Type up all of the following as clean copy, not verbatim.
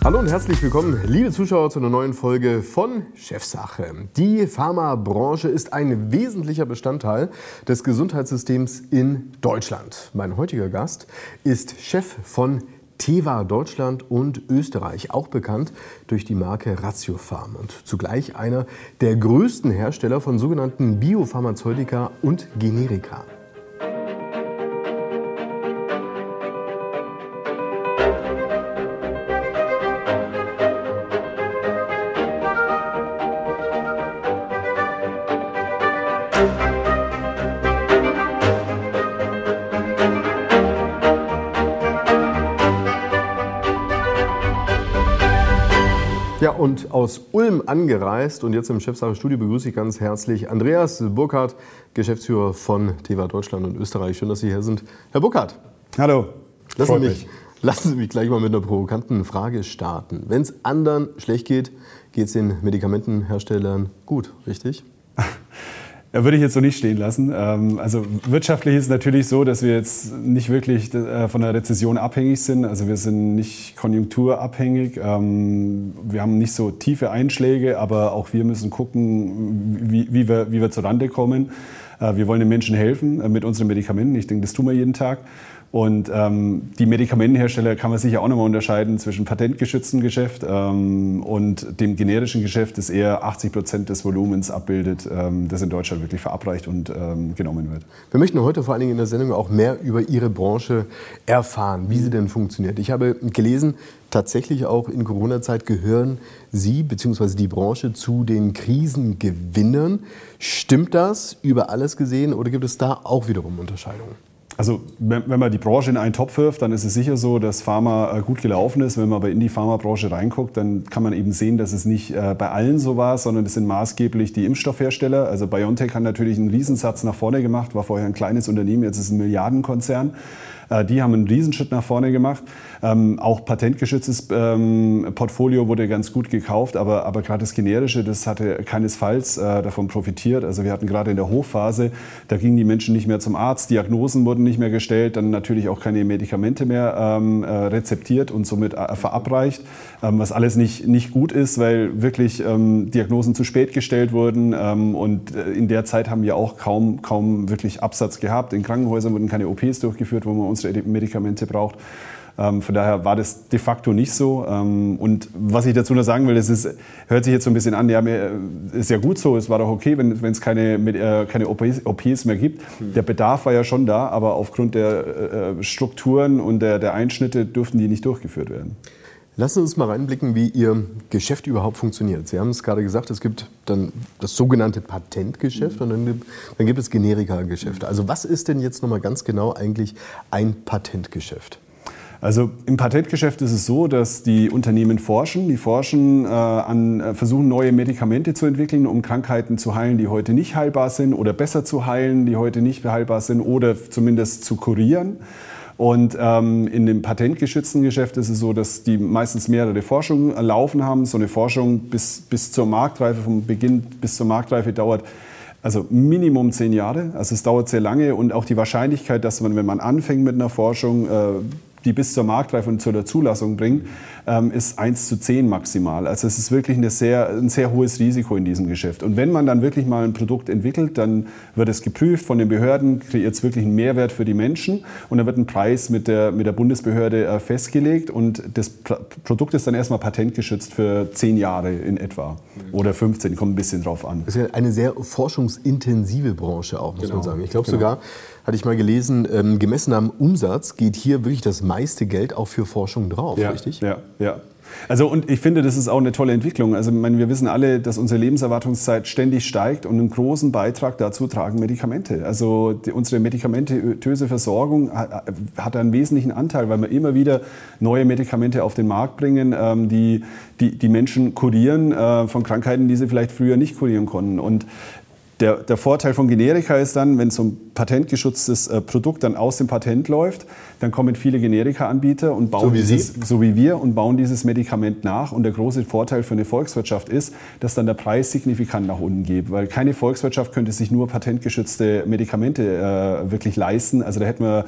Hallo und herzlich willkommen, liebe Zuschauer, zu einer neuen Folge von Chefsache. Die Pharmabranche ist ein wesentlicher Bestandteil des Gesundheitssystems in Deutschland. Mein heutiger Gast ist Chef von Teva Deutschland und Österreich, auch bekannt durch die Marke Ratiopharm und zugleich einer der größten Hersteller von sogenannten Biopharmazeutika und Generika. Ja, und aus Ulm angereist und jetzt im Chefsache-Studio begrüße ich ganz herzlich Andreas Burkhardt, Geschäftsführer von Teva Deutschland und Österreich. Schön, dass Sie hier sind. Herr Burkhardt. Hallo. Lassen Sie mich gleich mal mit einer provokanten Frage starten. Wenn es anderen schlecht geht, geht es den Medikamentenherstellern gut, richtig? Ja, würde ich jetzt so nicht stehen lassen. Also wirtschaftlich ist es natürlich so, dass wir jetzt nicht wirklich von der Rezession abhängig sind. Also wir sind nicht konjunkturabhängig. Wir haben nicht so tiefe Einschläge, aber auch wir müssen gucken, wie wir zurande kommen. Wir wollen den Menschen helfen mit unseren Medikamenten. Ich denke, das tun wir jeden Tag. Und die Medikamentenhersteller kann man sicher auch nochmal unterscheiden zwischen patentgeschütztem Geschäft und dem generischen Geschäft, das eher 80% des Volumens abbildet, das in Deutschland wirklich verabreicht und genommen wird. Wir möchten heute vor allen Dingen in der Sendung auch mehr über Ihre Branche erfahren, wie sie denn funktioniert. Ich habe gelesen, tatsächlich auch in Corona-Zeit gehören Sie bzw. die Branche zu den Krisengewinnern. Stimmt das über alles gesehen oder gibt es da auch wiederum Unterscheidungen? Also wenn man die Branche in einen Topf wirft, dann ist es sicher so, dass Pharma gut gelaufen ist. Wenn man aber in die Pharmabranche reinguckt, dann kann man eben sehen, dass es nicht bei allen so war, sondern es sind maßgeblich die Impfstoffhersteller. Also BioNTech hat natürlich einen Riesensatz nach vorne gemacht, war vorher ein kleines Unternehmen, jetzt ist es ein Milliardenkonzern. Die haben einen Riesenschritt nach vorne gemacht. Auch patentgeschütztes Portfolio wurde ganz gut gekauft, aber gerade das Generische, das hatte keinesfalls davon profitiert. Also wir hatten gerade in der Hochphase, da gingen die Menschen nicht mehr zum Arzt, Diagnosen wurden nicht mehr gestellt, dann natürlich auch keine Medikamente mehr rezeptiert und somit verabreicht, was alles nicht gut ist, weil wirklich Diagnosen zu spät gestellt wurden und in der Zeit haben wir auch kaum wirklich Absatz gehabt. In Krankenhäusern wurden keine OPs durchgeführt, wo man unsere Medikamente braucht. Von daher war das de facto nicht so. Und was ich dazu noch sagen will, hört sich jetzt so ein bisschen an, ja, ist ja gut so, es war doch okay, wenn es keine OPs mehr gibt. Der Bedarf war ja schon da, aber aufgrund der Strukturen und der Einschnitte durften die nicht durchgeführt werden. Lassen Sie uns mal reinblicken, wie Ihr Geschäft überhaupt funktioniert. Sie haben es gerade gesagt, es gibt dann das sogenannte Patentgeschäft und dann gibt es Generika-Geschäfte. Also was ist denn jetzt nochmal ganz genau eigentlich ein Patentgeschäft? Also im Patentgeschäft ist es so, dass die Unternehmen forschen. Die versuchen neue Medikamente zu entwickeln, um Krankheiten zu heilen, die heute nicht heilbar sind oder besser zu heilen, die heute nicht heilbar sind oder zumindest zu kurieren. Und in dem patentgeschützten Geschäft ist es so, dass die meistens mehrere Forschungen laufen haben. So eine Forschung bis zur Marktreife, vom Beginn bis zur Marktreife dauert also Minimum 10 Jahre. Also es dauert sehr lange und auch die Wahrscheinlichkeit, dass man, wenn man anfängt mit einer Forschung, die bis zur Marktreife und zur Zulassung bringt, ist 1:10 maximal. Also es ist wirklich ein sehr hohes Risiko in diesem Geschäft. Und wenn man dann wirklich mal ein Produkt entwickelt, dann wird es geprüft von den Behörden, kreiert es wirklich einen Mehrwert für die Menschen und dann wird ein Preis mit der Bundesbehörde festgelegt und das Produkt ist dann erstmal patentgeschützt für 10 Jahre in etwa oder 15, kommt ein bisschen drauf an. Das ist ja eine sehr forschungsintensive Branche auch, muss man sagen. Ich glaube sogar, hatte ich mal gelesen, gemessen am Umsatz geht hier wirklich das meiste Geld auch für Forschung drauf, richtig? Ja. Also und ich finde, das ist auch eine tolle Entwicklung. Also ich meine, wir wissen alle, dass unsere Lebenserwartungszeit ständig steigt und einen großen Beitrag dazu tragen Medikamente. Also unsere medikamentöse Versorgung hat einen wesentlichen Anteil, weil wir immer wieder neue Medikamente auf den Markt bringen, die Menschen kurieren von Krankheiten, die sie vielleicht früher nicht kurieren konnten. Und der Vorteil von Generika ist dann, wenn so ein patentgeschütztes Produkt dann aus dem Patent läuft, dann kommen viele Generika-Anbieter und bauen so wie wir und bauen dieses Medikament nach. Und der große Vorteil für eine Volkswirtschaft ist, dass dann der Preis signifikant nach unten geht, weil keine Volkswirtschaft könnte sich nur patentgeschützte Medikamente wirklich leisten. Also da hätten wir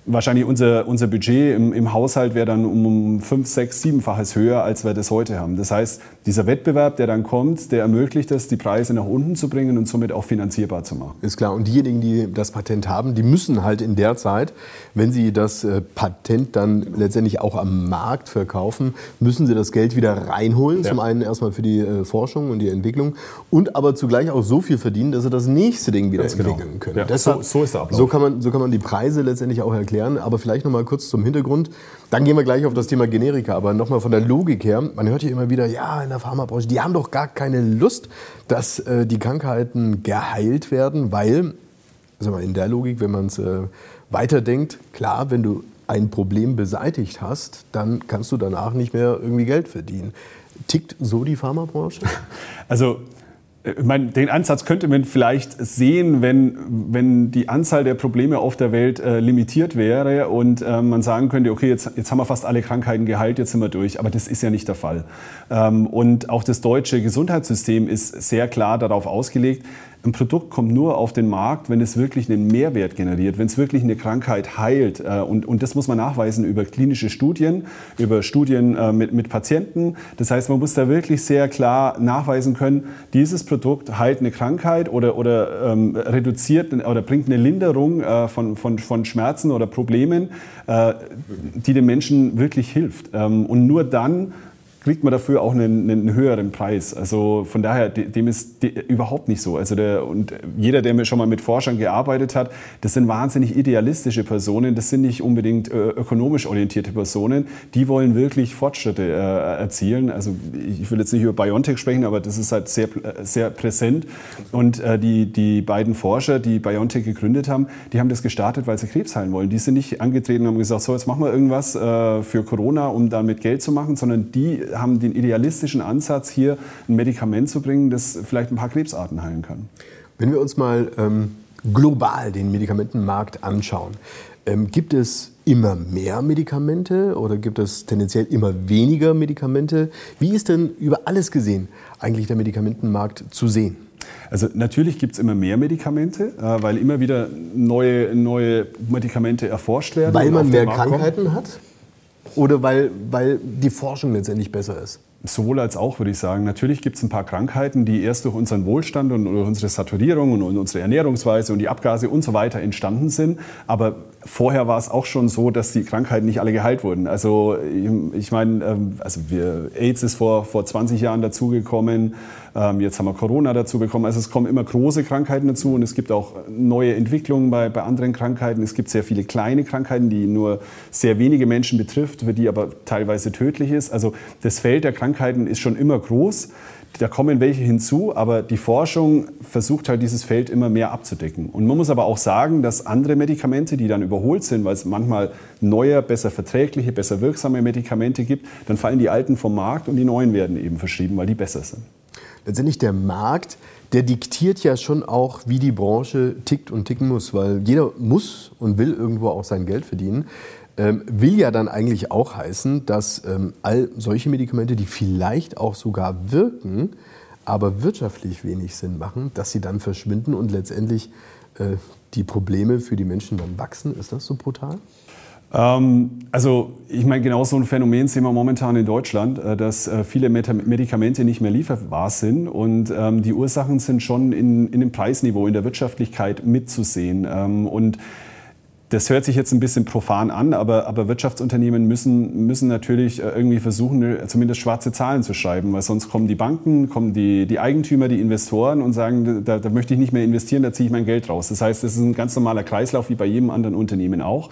wahrscheinlich unser Budget im Haushalt wäre dann um 5, 6, 7-faches höher, als wir das heute haben. Das heißt, dieser Wettbewerb, der dann kommt, der ermöglicht es, die Preise nach unten zu bringen und somit auch finanzierbar zu machen. Ist klar. Und diejenigen, die das Patent haben, die müssen halt in der Zeit, wenn sie das Patent dann letztendlich auch am Markt verkaufen, müssen sie das Geld wieder reinholen. Ja. Zum einen erstmal für die Forschung und die Entwicklung und aber zugleich auch so viel verdienen, dass sie das nächste Ding wieder entwickeln können. Ja, deshalb, so ist der Ablauf. So kann man die Preise letztendlich auch erklären. Aber vielleicht noch mal kurz zum Hintergrund. Dann gehen wir gleich auf das Thema Generika. Aber noch mal von der Logik her. Man hört hier immer wieder, ja, in der Pharmabranche, die haben doch gar keine Lust, dass die Krankheiten geheilt werden, weil, also in der Logik, wenn man es weiterdenkt, klar, wenn du ein Problem beseitigt hast, dann kannst du danach nicht mehr irgendwie Geld verdienen. Tickt so die Pharmabranche? Also ich meine, den Ansatz könnte man vielleicht sehen, wenn die Anzahl der Probleme auf der Welt limitiert wäre und man sagen könnte, okay, jetzt haben wir fast alle Krankheiten geheilt, jetzt sind wir durch. Aber das ist ja nicht der Fall. Und auch das deutsche Gesundheitssystem ist sehr klar darauf ausgelegt, ein Produkt kommt nur auf den Markt, wenn es wirklich einen Mehrwert generiert, wenn es wirklich eine Krankheit heilt. Und das muss man nachweisen über klinische Studien, über Studien mit Patienten. Das heißt, man muss da wirklich sehr klar nachweisen können, dieses Produkt heilt eine Krankheit oder reduziert oder bringt eine Linderung von Schmerzen oder Problemen, die den Menschen wirklich hilft. Und nur dann kriegt man dafür auch einen höheren Preis. Also von daher, dem ist überhaupt nicht so. Also und jeder, der schon mal mit Forschern gearbeitet hat, das sind wahnsinnig idealistische Personen, das sind nicht unbedingt ökonomisch orientierte Personen, die wollen wirklich Fortschritte erzielen. Also ich will jetzt nicht über BioNTech sprechen, aber das ist halt sehr, sehr präsent. Und die beiden Forscher, die BioNTech gegründet haben, die haben das gestartet, weil sie Krebs heilen wollen. Die sind nicht angetreten und haben gesagt, so jetzt machen wir irgendwas für Corona, um damit Geld zu machen, sondern die haben den idealistischen Ansatz, hier ein Medikament zu bringen, das vielleicht ein paar Krebsarten heilen kann. Wenn wir uns mal global den Medikamentenmarkt anschauen, gibt es immer mehr Medikamente oder gibt es tendenziell immer weniger Medikamente? Wie ist denn über alles gesehen eigentlich der Medikamentenmarkt zu sehen? Also natürlich gibt es immer mehr Medikamente, weil immer wieder neue Medikamente erforscht werden. Weil man mehr Krankheiten hat? Oder weil die Forschung letztendlich besser ist? Sowohl als auch, würde ich sagen. Natürlich gibt es ein paar Krankheiten, die erst durch unseren Wohlstand und durch unsere Saturierung und unsere Ernährungsweise und die Abgase und so weiter entstanden sind. Aber vorher war es auch schon so, dass die Krankheiten nicht alle geheilt wurden. Also ich meine, AIDS ist vor 20 Jahren dazugekommen. Jetzt haben wir Corona dazu bekommen. Also es kommen immer große Krankheiten dazu und es gibt auch neue Entwicklungen bei anderen Krankheiten. Es gibt sehr viele kleine Krankheiten, die nur sehr wenige Menschen betrifft, für die aber teilweise tödlich ist. Also das Feld der Krankheiten ist schon immer groß. Da kommen welche hinzu, aber die Forschung versucht halt dieses Feld immer mehr abzudecken. Und man muss aber auch sagen, dass andere Medikamente, die dann überholt sind, weil es manchmal neue, besser verträgliche, besser wirksame Medikamente gibt, dann fallen die alten vom Markt und die neuen werden eben verschrieben, weil die besser sind. Letztendlich der Markt, der diktiert ja schon auch, wie die Branche tickt und ticken muss, weil jeder muss und will irgendwo auch sein Geld verdienen. Will ja dann eigentlich auch heißen, dass all solche Medikamente, die vielleicht auch sogar wirken, aber wirtschaftlich wenig Sinn machen, dass sie dann verschwinden und letztendlich die Probleme für die Menschen dann wachsen. Ist das so brutal? Also ich meine, genau so ein Phänomen sehen wir momentan in Deutschland, dass viele Medikamente nicht mehr lieferbar sind und die Ursachen sind schon in dem Preisniveau, in der Wirtschaftlichkeit mitzusehen. Und das hört sich jetzt ein bisschen profan an, aber Wirtschaftsunternehmen müssen natürlich irgendwie versuchen, zumindest schwarze Zahlen zu schreiben, weil sonst kommen die Banken, kommen die Eigentümer, die Investoren und sagen, da möchte ich nicht mehr investieren, da ziehe ich mein Geld raus. Das heißt, das ist ein ganz normaler Kreislauf wie bei jedem anderen Unternehmen auch.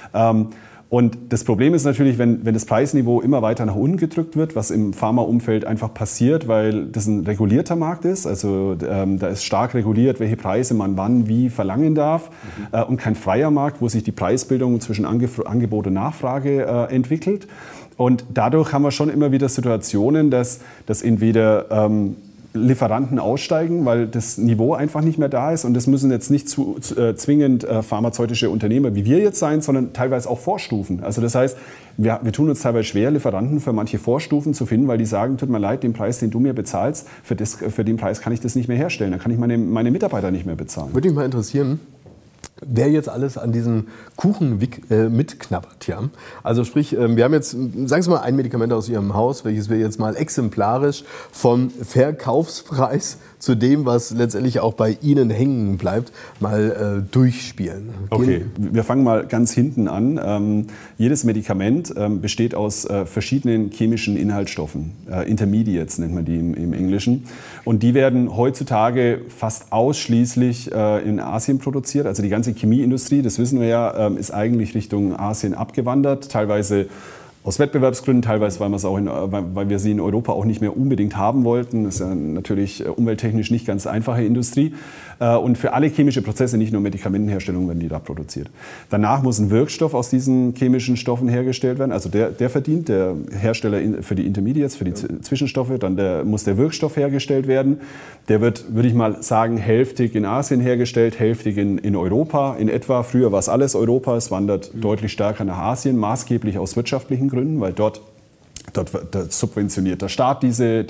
Und das Problem ist natürlich, wenn das Preisniveau immer weiter nach unten gedrückt wird, was im Pharmaumfeld einfach passiert, weil das ein regulierter Markt ist. Also da ist stark reguliert, welche Preise man wann wie verlangen darf. Und kein freier Markt, wo sich die Preisbildung zwischen Angebot und Nachfrage entwickelt. Und dadurch haben wir schon immer wieder Situationen, dass entweder Lieferanten aussteigen, weil das Niveau einfach nicht mehr da ist. Und das müssen jetzt nicht zwingend pharmazeutische Unternehmer wie wir jetzt sein, sondern teilweise auch Vorstufen. Also das heißt, wir tun uns teilweise schwer, Lieferanten für manche Vorstufen zu finden, weil die sagen, tut mir leid, den Preis, den du mir bezahlst, für den Preis kann ich das nicht mehr herstellen. Dann kann ich meine Mitarbeiter nicht mehr bezahlen. Würde mich mal interessieren, wer jetzt alles an diesem Kuchen mitknabbert. Ja? Also sprich, wir haben jetzt, sagen Sie mal, ein Medikament aus Ihrem Haus, welches wir jetzt mal exemplarisch vom Verkaufspreis zu dem, was letztendlich auch bei Ihnen hängen bleibt, mal durchspielen. Okay, wir fangen mal ganz hinten an. Jedes Medikament besteht aus verschiedenen chemischen Inhaltsstoffen. Intermediates nennt man die im Englischen. Und die werden heutzutage fast ausschließlich in Asien produziert. Also die ganze Chemieindustrie, das wissen wir ja, ist eigentlich Richtung Asien abgewandert. Teilweise aus Wettbewerbsgründen, teilweise weil wir sie in Europa auch nicht mehr unbedingt haben wollten. Das ist ja natürlich umwelttechnisch nicht ganz einfache Industrie. Und für alle chemische Prozesse, nicht nur Medikamentenherstellung, werden die da produziert. Danach muss ein Wirkstoff aus diesen chemischen Stoffen hergestellt werden. Also der verdient, der Hersteller für die Intermediates, für die Zwischenstoffe. Dann muss der Wirkstoff hergestellt werden. Der wird, würde ich mal sagen, hälftig in Asien hergestellt, hälftig in Europa in etwa. Früher war es alles Europa, es wandert deutlich stärker nach Asien, maßgeblich aus wirtschaftlichen Gründen, weil dort subventioniert der Staat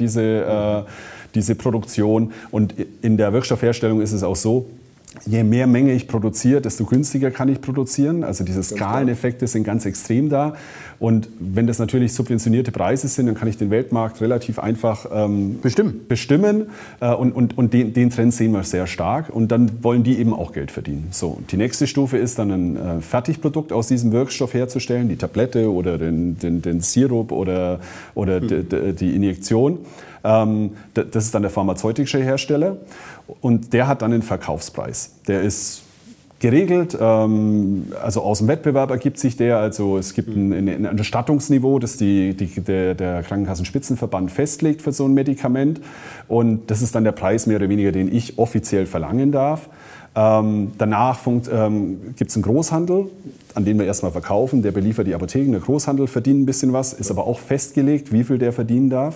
diese Produktion. Und in der Wirkstoffherstellung ist es auch so, je mehr Menge ich produziere, desto günstiger kann ich produzieren. Also diese Skaleneffekte sind ganz extrem da. Und wenn das natürlich subventionierte Preise sind, dann kann ich den Weltmarkt relativ einfach bestimmen. Und den Trend sehen wir sehr stark. Und dann wollen die eben auch Geld verdienen. So, die nächste Stufe ist dann ein Fertigprodukt aus diesem Wirkstoff herzustellen, die Tablette oder den Sirup oder die Injektion. Das ist dann der pharmazeutische Hersteller und der hat dann einen Verkaufspreis. Der ist geregelt, also aus dem Wettbewerb ergibt sich der. Also es gibt ein Erstattungsniveau, das der Krankenkassenspitzenverband festlegt für so ein Medikament und das ist dann der Preis mehr oder weniger, den ich offiziell verlangen darf. Danach gibt es einen Großhandel, an den wir erstmal verkaufen, der beliefert die Apotheken. Der Großhandel verdient ein bisschen was, ist aber auch festgelegt, wie viel der verdienen darf.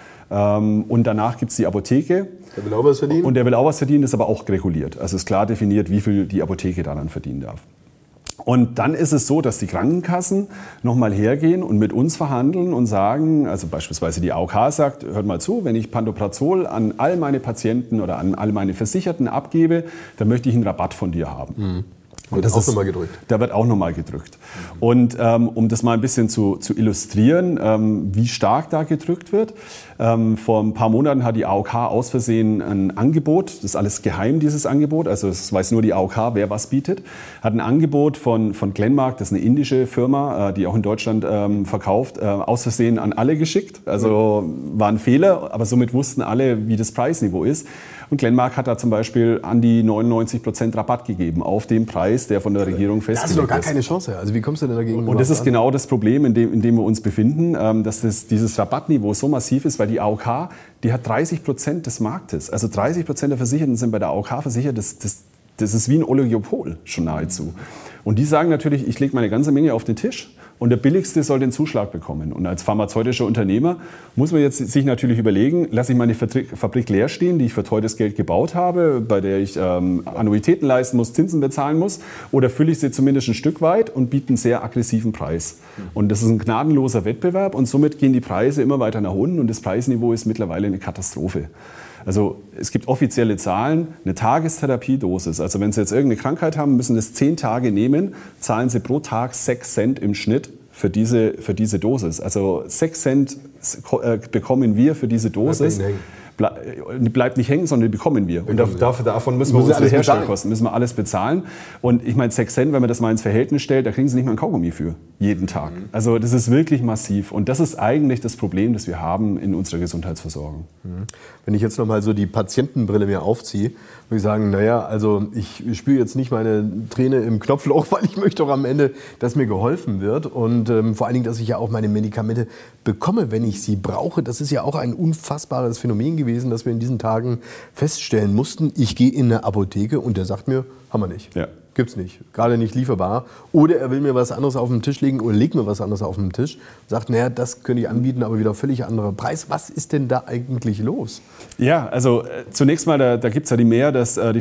Und danach gibt es die Apotheke. Der will auch was verdienen? Und der will auch was verdienen, ist aber auch reguliert. Also ist klar definiert, wie viel die Apotheke daran verdienen darf. Und dann ist es so, dass die Krankenkassen nochmal hergehen und mit uns verhandeln und sagen, also beispielsweise die AOK sagt, hört mal zu, wenn ich Pantoprazol an all meine Patienten oder an all meine Versicherten abgebe, dann möchte ich einen Rabatt von dir haben. Mhm. Und das auch nochmal gedrückt. Da wird auch nochmal gedrückt. Und um das mal ein bisschen zu illustrieren, wie stark da gedrückt wird, vor ein paar Monaten hat die AOK aus Versehen ein Angebot, das ist alles geheim, dieses Angebot, also es weiß nur die AOK, wer was bietet, hat ein Angebot von Glenmark, das ist eine indische Firma, die auch in Deutschland verkauft, aus Versehen an alle geschickt. Also war ein Fehler, aber somit wussten alle, wie das Preisniveau ist. Und Glenmark hat da zum Beispiel an die 99% Rabatt gegeben auf den Preis, der von der Regierung festgelegt ist. Da hast du doch gar keine Chance. Also wie kommst du denn dagegen? Und das ist genau das Problem, in dem wir uns befinden, dass dieses Rabattniveau so massiv ist, weil die AOK, die hat 30% des Marktes. Also 30% der Versicherten sind bei der AOK versichert. Das ist wie ein Oligopol schon nahezu. Und die sagen natürlich, ich lege meine ganze Menge auf den Tisch. Und der Billigste soll den Zuschlag bekommen. Und als pharmazeutischer Unternehmer muss man jetzt sich natürlich überlegen, lasse ich meine Fabrik leer stehen, die ich für teures Geld gebaut habe, bei der ich Annuitäten leisten muss, Zinsen bezahlen muss, oder fülle ich sie zumindest ein Stück weit und biete einen sehr aggressiven Preis. Und das ist ein gnadenloser Wettbewerb und somit gehen die Preise immer weiter nach unten und das Preisniveau ist mittlerweile eine Katastrophe. Also es gibt offizielle Zahlen, eine Tagestherapiedosis. Also wenn Sie jetzt irgendeine Krankheit haben, müssen das 10 Tage nehmen, zahlen Sie pro Tag 6 Cent im Schnitt für diese Dosis. Also 6 Cent bekommen wir für diese Dosis. Bleibt nicht hängen, sondern die bekommen wir. Und davon müssen wir unsere Herstellkosten, müssen wir alles bezahlen. Und ich meine, 6 Cent, wenn man das mal ins Verhältnis stellt, da kriegen Sie nicht mal ein Kaugummi für, jeden Tag. Also das ist wirklich massiv. Und das ist eigentlich das Problem, das wir haben in unserer Gesundheitsversorgung. Wenn ich jetzt nochmal so die Patientenbrille mir aufziehe, würde ich sagen, naja, also ich spüre jetzt nicht meine Träne im Knopfloch, weil ich möchte auch am Ende, dass mir geholfen wird. Und vor allen Dingen, dass ich ja auch meine Medikamente bekomme, wenn ich sie brauche. Das ist ja auch ein unfassbares Phänomen gewesen, das wir in diesen Tagen feststellen mussten. Ich gehe in eine Apotheke und der sagt mir, haben wir nicht. Ja. Gibt's nicht, gerade nicht lieferbar. Oder er will mir was anderes auf den Tisch legen oder legt mir was anderes auf den Tisch. Sagt, naja, das könnte ich anbieten, aber wieder völlig anderer Preis. Was ist denn da eigentlich los? Ja, also zunächst mal, da gibt es ja die mehr, dass die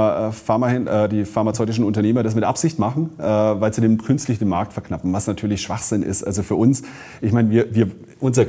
pharmazeutischen Unternehmer das mit Absicht machen, weil sie künstlich den Markt verknappen, was natürlich Schwachsinn ist. Also für uns, ich meine, unser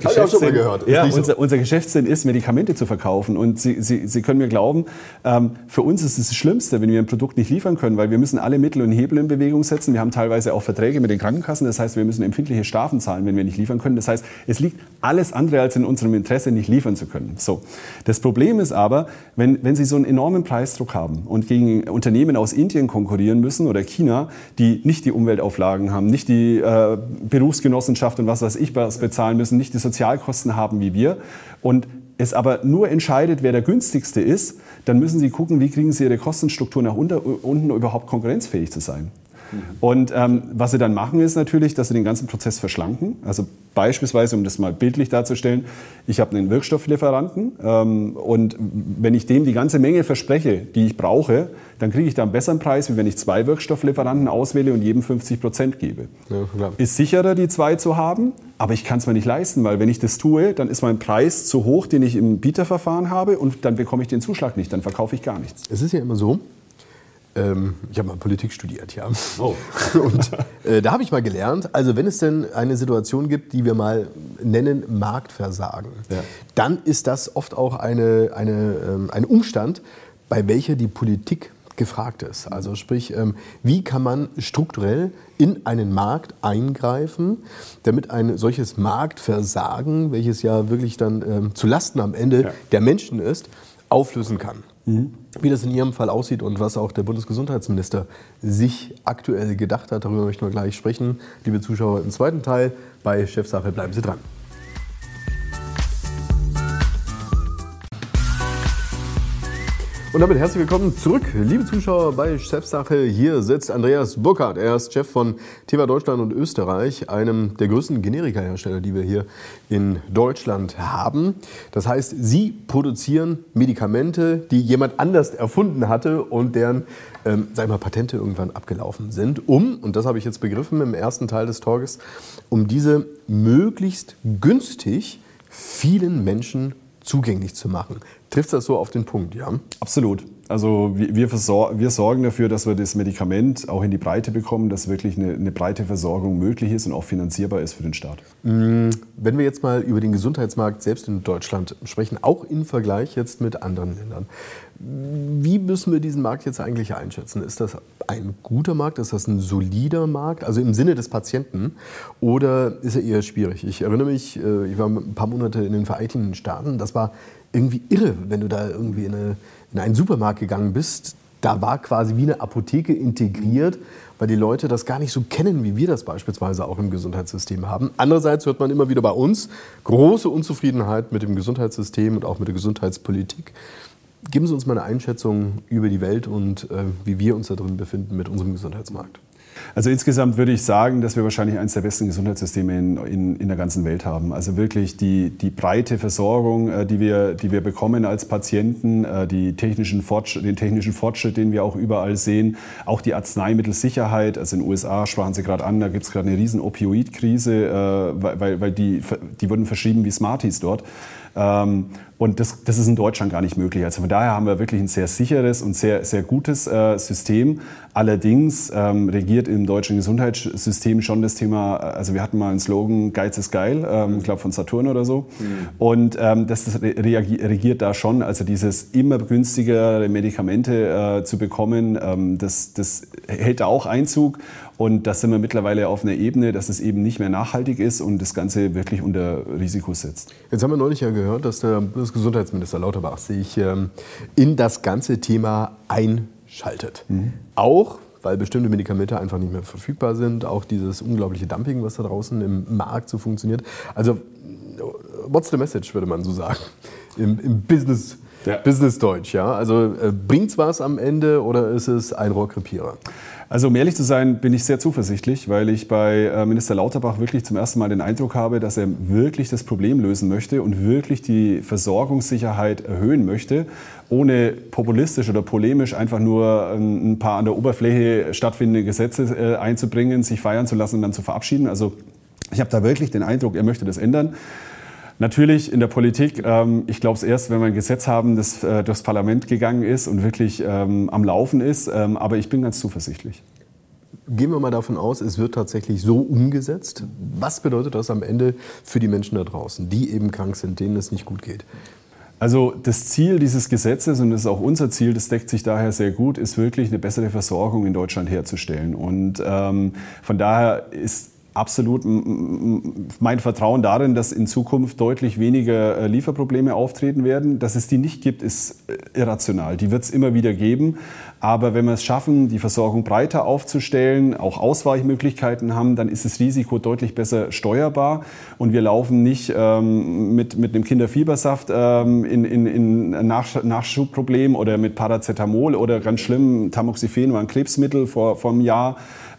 Geschäftssinn ist, Medikamente zu verkaufen. Und Sie können mir glauben, für uns ist es das Schlimmste, wenn wir ein Produkt nicht liefern können, weil wir müssen müssen alle Mittel und Hebel in Bewegung setzen. Wir haben teilweise auch Verträge mit den Krankenkassen. Das heißt, wir müssen empfindliche Strafen zahlen, wenn wir nicht liefern können. Das heißt, es liegt alles andere als in unserem Interesse, nicht liefern zu können. So. Das Problem ist aber, wenn Sie so einen enormen Preisdruck haben und gegen Unternehmen aus Indien konkurrieren müssen oder China, die nicht die Umweltauflagen haben, nicht die Berufsgenossenschaft und was weiß ich was bezahlen müssen, nicht die Sozialkosten haben wie wir und es aber nur entscheidet, wer der günstigste ist, dann müssen Sie gucken, wie kriegen Sie Ihre Kostenstruktur nach unten überhaupt konkurrenzfähig zu sein. Und was Sie dann machen, ist natürlich, dass Sie den ganzen Prozess verschlanken. Also beispielsweise, um das mal bildlich darzustellen, ich habe einen Wirkstofflieferanten und wenn ich dem die ganze Menge verspreche, die ich brauche, dann kriege ich da einen besseren Preis, wie wenn ich 2 Wirkstofflieferanten auswähle und jedem 50% gebe. Ja, ist sicherer, die 2 zu haben, aber ich kann es mir nicht leisten, weil wenn ich das tue, dann ist mein Preis zu hoch, den ich im Bieterverfahren habe und dann bekomme ich den Zuschlag nicht, dann verkaufe ich gar nichts. Es ist ja immer so, ich habe mal Politik studiert, ja. Oh. Und da habe ich mal gelernt, also wenn es denn eine Situation gibt, die wir mal nennen Marktversagen, ja, dann ist das oft auch ein Umstand, bei welcher die Politik gefragt ist. Also sprich, wie kann man strukturell in einen Markt eingreifen, damit ein solches Marktversagen, welches ja wirklich dann zulasten am Ende der Menschen ist, auflösen kann. Wie das in Ihrem Fall aussieht und was auch der Bundesgesundheitsminister sich aktuell gedacht hat, darüber möchten wir gleich sprechen. Liebe Zuschauer, im zweiten Teil bei Chefsache, bleiben Sie dran. Und damit herzlich willkommen zurück, liebe Zuschauer bei Chefsache. Hier sitzt Andreas Burkhardt. Er ist Chef von Teva Deutschland und Österreich, einem der größten Generikahersteller, die wir hier in Deutschland haben. Das heißt, Sie produzieren Medikamente, die jemand anders erfunden hatte und deren sag ich mal, Patente irgendwann abgelaufen sind, und das habe ich jetzt begriffen im ersten Teil des Talks, um diese möglichst günstig vielen Menschen zugänglich zu machen. Trifft das so auf den Punkt, ja? Absolut. Also wir sorgen dafür, dass wir das Medikament auch in die Breite bekommen, dass wirklich eine breite Versorgung möglich ist und auch finanzierbar ist für den Staat. Wenn wir jetzt mal über den Gesundheitsmarkt selbst in Deutschland sprechen, auch im Vergleich jetzt mit anderen Ländern, wie müssen wir diesen Markt jetzt eigentlich einschätzen? Ist das ein guter Markt? Ist das ein solider Markt? Also im Sinne des Patienten? Oder ist er eher schwierig? Ich erinnere mich, ich war ein paar Monate in den Vereinigten Staaten. Das war irgendwie irre, wenn du da irgendwie in einen Supermarkt gegangen bist. Da war quasi wie eine Apotheke integriert, weil die Leute das gar nicht so kennen, wie wir das beispielsweise auch im Gesundheitssystem haben. Andererseits hört man immer wieder bei uns große Unzufriedenheit mit dem Gesundheitssystem und auch mit der Gesundheitspolitik. Geben Sie uns mal eine Einschätzung über die Welt und wie wir uns da drin befinden mit unserem Gesundheitsmarkt. Also insgesamt würde ich sagen, dass wir wahrscheinlich eines der besten Gesundheitssysteme in der ganzen Welt haben. Also wirklich die breite Versorgung, die wir bekommen als Patienten, den technischen Fortschritt, den wir auch überall sehen, auch die Arzneimittelsicherheit. Also in den USA sprachen Sie gerade an, da gibt es gerade eine riesen Opioidkrise, weil die wurden verschrieben wie Smarties dort. Und das ist in Deutschland gar nicht möglich. Also von daher haben wir wirklich ein sehr sicheres und sehr, sehr gutes System. Allerdings regiert im deutschen Gesundheitssystem schon das Thema, also wir hatten mal einen Slogan, Geiz ist geil, ich glaube von Saturn oder so. Und das regiert da schon, also dieses immer günstigere Medikamente zu bekommen, das hält da auch Einzug. Und da sind wir mittlerweile auf einer Ebene, dass es eben nicht mehr nachhaltig ist und das Ganze wirklich unter Risiko setzt. Jetzt haben wir neulich ja gehört, dass der Bundesgesundheitsminister Lauterbach sich in das ganze Thema einschaltet. Auch, weil bestimmte Medikamente einfach nicht mehr verfügbar sind, auch dieses unglaubliche Dumping, was da draußen im Markt so funktioniert. Also, what's the message, würde man so sagen, im Business. Ja. Business-Deutsch, ja. Also bringt's was am Ende oder ist es ein Rohrkrepierer? Also um ehrlich zu sein, bin ich sehr zuversichtlich, weil ich bei Minister Lauterbach wirklich zum ersten Mal den Eindruck habe, dass er wirklich das Problem lösen möchte und wirklich die Versorgungssicherheit erhöhen möchte, ohne populistisch oder polemisch einfach nur ein paar an der Oberfläche stattfindende Gesetze einzubringen, sich feiern zu lassen und dann zu verabschieden. Also ich habe da wirklich den Eindruck, er möchte das ändern. Natürlich in der Politik, ich glaube es erst, wenn wir ein Gesetz haben, das durchs Parlament gegangen ist und wirklich am Laufen ist, aber ich bin ganz zuversichtlich. Gehen wir mal davon aus, es wird tatsächlich so umgesetzt. Was bedeutet das am Ende für die Menschen da draußen, die eben krank sind, denen es nicht gut geht? Also das Ziel dieses Gesetzes, und das ist auch unser Ziel, das deckt sich daher sehr gut, ist wirklich eine bessere Versorgung in Deutschland herzustellen. Und von daher ist absolut mein Vertrauen darin, dass in Zukunft deutlich weniger Lieferprobleme auftreten werden. Dass es die nicht gibt, ist irrational. Die wird es immer wieder geben. Aber wenn wir es schaffen, die Versorgung breiter aufzustellen, auch Ausweichmöglichkeiten haben, dann ist das Risiko deutlich besser steuerbar. Und wir laufen nicht mit einem Kinderfiebersaft in ein Nachschubproblem oder mit Paracetamol oder ganz schlimm Tamoxifen war ein Krebsmittel vor einem Jahr.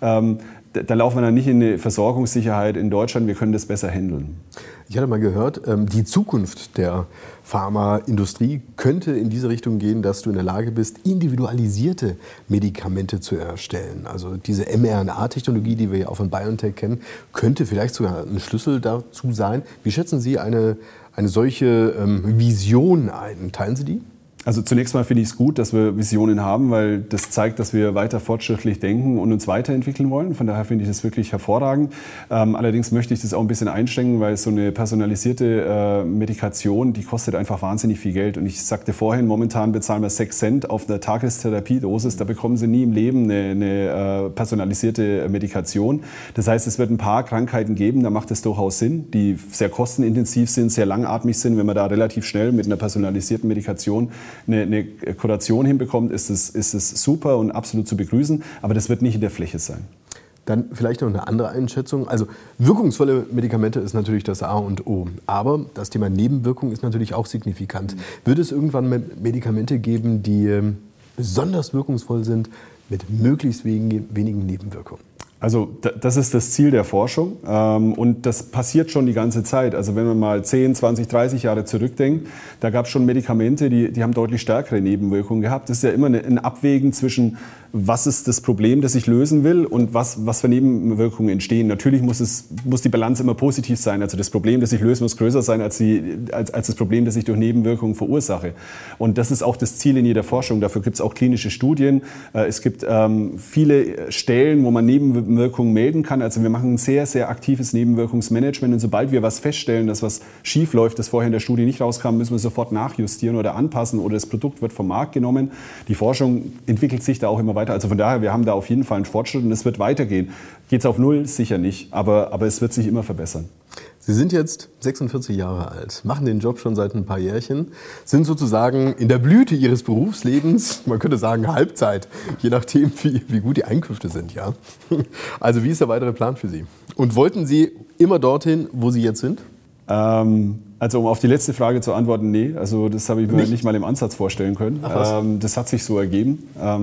Da laufen wir dann nicht in eine Versorgungssicherheit in Deutschland. Wir können das besser handeln. Ich hatte mal gehört, die Zukunft der Pharmaindustrie könnte in diese Richtung gehen, dass du in der Lage bist, individualisierte Medikamente zu erstellen. Also diese mRNA-Technologie, die wir ja auch von BioNTech kennen, könnte vielleicht sogar ein Schlüssel dazu sein. Wie schätzen Sie eine solche Vision ein? Teilen Sie die? Also zunächst mal finde ich es gut, dass wir Visionen haben, weil das zeigt, dass wir weiter fortschrittlich denken und uns weiterentwickeln wollen. Von daher finde ich das wirklich hervorragend. Allerdings möchte ich das auch ein bisschen einschränken, weil so eine personalisierte Medikation, die kostet einfach wahnsinnig viel Geld. Und ich sagte vorhin, momentan bezahlen wir 6 Cent auf eine Tagestherapiedosis. Da bekommen Sie nie im Leben eine personalisierte Medikation. Das heißt, es wird ein paar Krankheiten geben, da macht es durchaus Sinn, die sehr kostenintensiv sind, sehr langatmig sind. Wenn man da relativ schnell mit einer personalisierten Medikation eine Kuration hinbekommt, ist es super und absolut zu begrüßen. Aber das wird nicht in der Fläche sein. Dann vielleicht noch eine andere Einschätzung. Also wirkungsvolle Medikamente ist natürlich das A und O. Aber das Thema Nebenwirkung ist natürlich auch signifikant. Wird es irgendwann Medikamente geben, die besonders wirkungsvoll sind, mit möglichst wenigen Nebenwirkungen? Also das ist das Ziel der Forschung und das passiert schon die ganze Zeit. Also wenn man mal 10, 20, 30 Jahre zurückdenkt, da gab es schon Medikamente, die haben deutlich stärkere Nebenwirkungen gehabt. Das ist ja immer ein Abwägen zwischen, was ist das Problem, das ich lösen will und was für Nebenwirkungen entstehen. Natürlich muss die Balance immer positiv sein. Also das Problem, das ich löse, muss größer sein als das Problem, das ich durch Nebenwirkungen verursache. Und das ist auch das Ziel in jeder Forschung. Dafür gibt es auch klinische Studien. Es gibt viele Stellen, wo man Nebenwirkungen melden kann. Also wir machen ein sehr, sehr aktives Nebenwirkungsmanagement. Und sobald wir was feststellen, dass was schief läuft, das vorher in der Studie nicht rauskam, müssen wir sofort nachjustieren oder anpassen oder das Produkt wird vom Markt genommen. Die Forschung entwickelt sich da auch immer weiter. Also von daher, wir haben da auf jeden Fall einen Fortschritt und es wird weitergehen. Geht es auf Null? Sicher nicht, aber es wird sich immer verbessern. Sie sind jetzt 46 Jahre alt, machen den Job schon seit ein paar Jährchen, sind sozusagen in der Blüte Ihres Berufslebens, man könnte sagen Halbzeit, je nachdem, wie gut die Einkünfte sind. Ja? Also wie ist der weitere Plan für Sie? Und wollten Sie immer dorthin, wo Sie jetzt sind? Also um auf die letzte Frage zu antworten, nee. Also das habe ich mir nicht mal im Ansatz vorstellen können. Das hat sich so ergeben.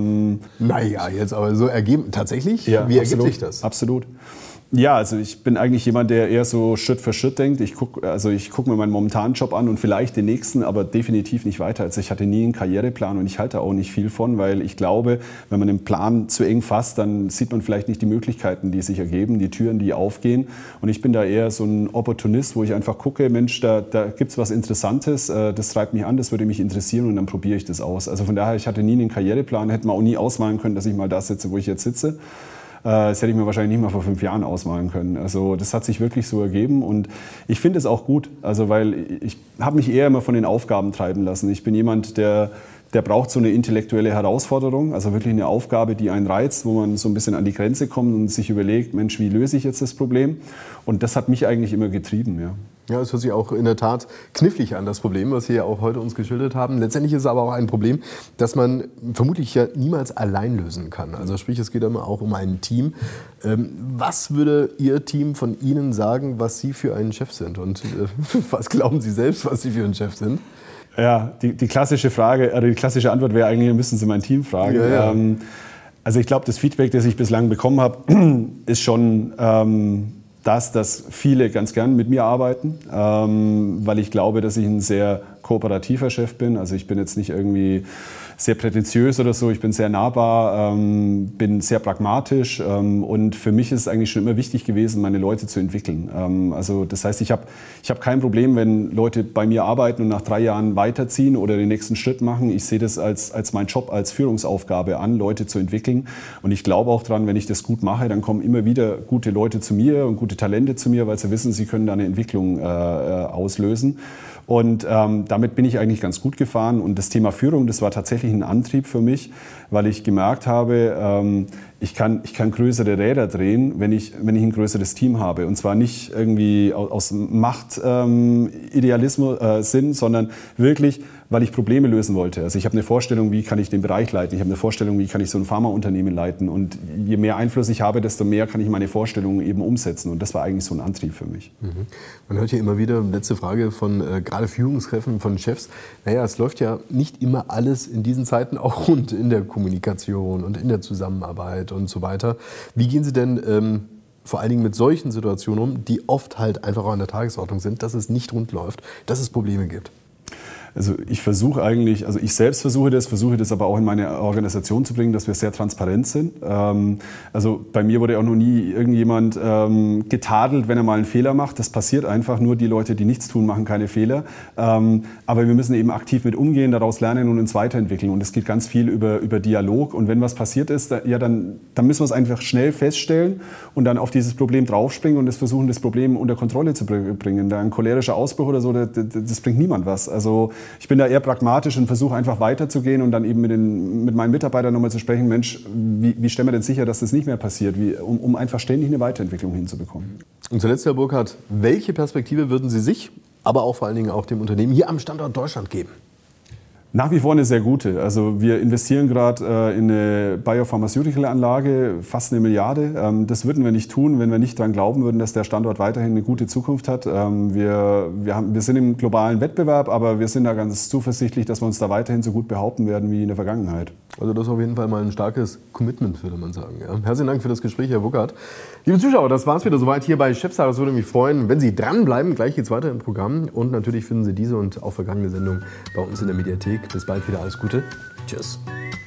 Naja, jetzt aber so ergeben. Tatsächlich? Ja, wie ergibt sich das? Absolut. Ja, also ich bin eigentlich jemand, der eher so Schritt für Schritt denkt. Ich guck mir meinen momentanen Job an und vielleicht den nächsten, aber definitiv nicht weiter. Also ich hatte nie einen Karriereplan und ich halte auch nicht viel von, weil ich glaube, wenn man den Plan zu eng fasst, dann sieht man vielleicht nicht die Möglichkeiten, die sich ergeben, die Türen, die aufgehen. Und ich bin da eher so ein Opportunist, wo ich einfach gucke, Mensch, da gibt's was Interessantes, das treibt mich an, das würde mich interessieren und dann probiere ich das aus. Also von daher, ich hatte nie einen Karriereplan, hätte man auch nie ausmalen können, dass ich mal da sitze, wo ich jetzt sitze. Das hätte ich mir wahrscheinlich nicht mal vor 5 Jahren ausmalen können. Also das hat sich wirklich so ergeben und ich finde es auch gut, also weil ich habe mich eher immer von den Aufgaben treiben lassen. Ich bin jemand, der braucht so eine intellektuelle Herausforderung, also wirklich eine Aufgabe, die einen reizt, wo man so ein bisschen an die Grenze kommt und sich überlegt, Mensch, wie löse ich jetzt das Problem? Und das hat mich eigentlich immer getrieben, ja. Ja, es hört sich auch in der Tat knifflig an, das Problem, was Sie ja auch heute uns geschildert haben. Letztendlich ist es aber auch ein Problem, das man vermutlich ja niemals allein lösen kann. Also sprich, es geht immer auch um ein Team. Was würde Ihr Team von Ihnen sagen, was Sie für einen Chef sind? Und was glauben Sie selbst, was Sie für einen Chef sind? Ja, die klassische Frage, die klassische Antwort wäre eigentlich, müssen Sie mein Team fragen. Ja, ja. Also ich glaube, das Feedback, das ich bislang bekommen habe, ist schon dass viele ganz gern mit mir arbeiten, weil ich glaube, dass ich ein sehr kooperativer Chef bin. Also ich bin jetzt nicht irgendwie sehr prätentiös oder so. Ich bin sehr nahbar, bin sehr pragmatisch und für mich ist es eigentlich schon immer wichtig gewesen, meine Leute zu entwickeln. Also das heißt, ich hab kein Problem, wenn Leute bei mir arbeiten und nach 3 Jahren weiterziehen oder den nächsten Schritt machen. Ich sehe das als mein Job, als Führungsaufgabe an, Leute zu entwickeln. Und ich glaube auch dran, wenn ich das gut mache, dann kommen immer wieder gute Leute zu mir und gute Talente zu mir, weil sie wissen, sie können da eine Entwicklung auslösen. Und damit bin ich eigentlich ganz gut gefahren. Und das Thema Führung, das war tatsächlich ein Antrieb für mich, weil ich gemerkt habe, ich kann größere Räder drehen, wenn ich ein größeres Team habe. Und zwar nicht irgendwie aus Machtidealismus Sinn, sondern wirklich, weil ich Probleme lösen wollte. Also ich habe eine Vorstellung, wie kann ich den Bereich leiten. Ich habe eine Vorstellung, wie kann ich so ein Pharmaunternehmen leiten. Und je mehr Einfluss ich habe, desto mehr kann ich meine Vorstellungen eben umsetzen. Und das war eigentlich so ein Antrieb für mich. Mhm. Man hört ja immer wieder, letzte Frage von gerade Führungskräften, von Chefs, naja, es läuft ja nicht immer alles in diesen Zeiten auch rund in der Kommunikation und in der Zusammenarbeit und so weiter. Wie gehen Sie denn vor allen Dingen mit solchen Situationen um, die oft halt einfach auch an der Tagesordnung sind, dass es nicht rund läuft, dass es Probleme gibt? Also ich selbst versuche das aber auch in meine Organisation zu bringen, dass wir sehr transparent sind. Also bei mir wurde auch noch nie irgendjemand getadelt, wenn er mal einen Fehler macht. Das passiert einfach. Nur die Leute, die nichts tun, machen keine Fehler. Aber wir müssen eben aktiv mit umgehen, daraus lernen und uns weiterentwickeln. Und es geht ganz viel über Dialog. Und wenn was passiert ist, dann müssen wir es einfach schnell feststellen und dann auf dieses Problem draufspringen und versuchen, das Problem unter Kontrolle zu bringen. Da ein cholerischer Ausbruch oder so, das bringt niemand was. Also ich bin da eher pragmatisch und versuche einfach weiterzugehen und dann eben mit meinen Mitarbeitern nochmal zu sprechen, Mensch, wie stellen wir denn sicher, dass das nicht mehr passiert, um einfach ständig eine Weiterentwicklung hinzubekommen. Und zuletzt, Herr Burkhardt, welche Perspektive würden Sie sich, aber auch vor allen Dingen auch dem Unternehmen hier am Standort Deutschland geben? Nach wie vor eine sehr gute. Also wir investieren gerade in eine Biopharmaceutical-Anlage, fast 1 Milliarde. Das würden wir nicht tun, wenn wir nicht daran glauben würden, dass der Standort weiterhin eine gute Zukunft hat. Wir sind im globalen Wettbewerb, aber wir sind da ganz zuversichtlich, dass wir uns da weiterhin so gut behaupten werden wie in der Vergangenheit. Also das ist auf jeden Fall mal ein starkes Commitment, würde man sagen. Ja. Herzlichen Dank für das Gespräch, Herr Burkhardt. Liebe Zuschauer, das war es wieder soweit hier bei Chefsache. Es würde mich freuen, wenn Sie dranbleiben. Gleich geht es weiter im Programm. Und natürlich finden Sie diese und auch vergangene Sendungen bei uns in der Mediathek. Bis bald wieder. Alles Gute. Tschüss.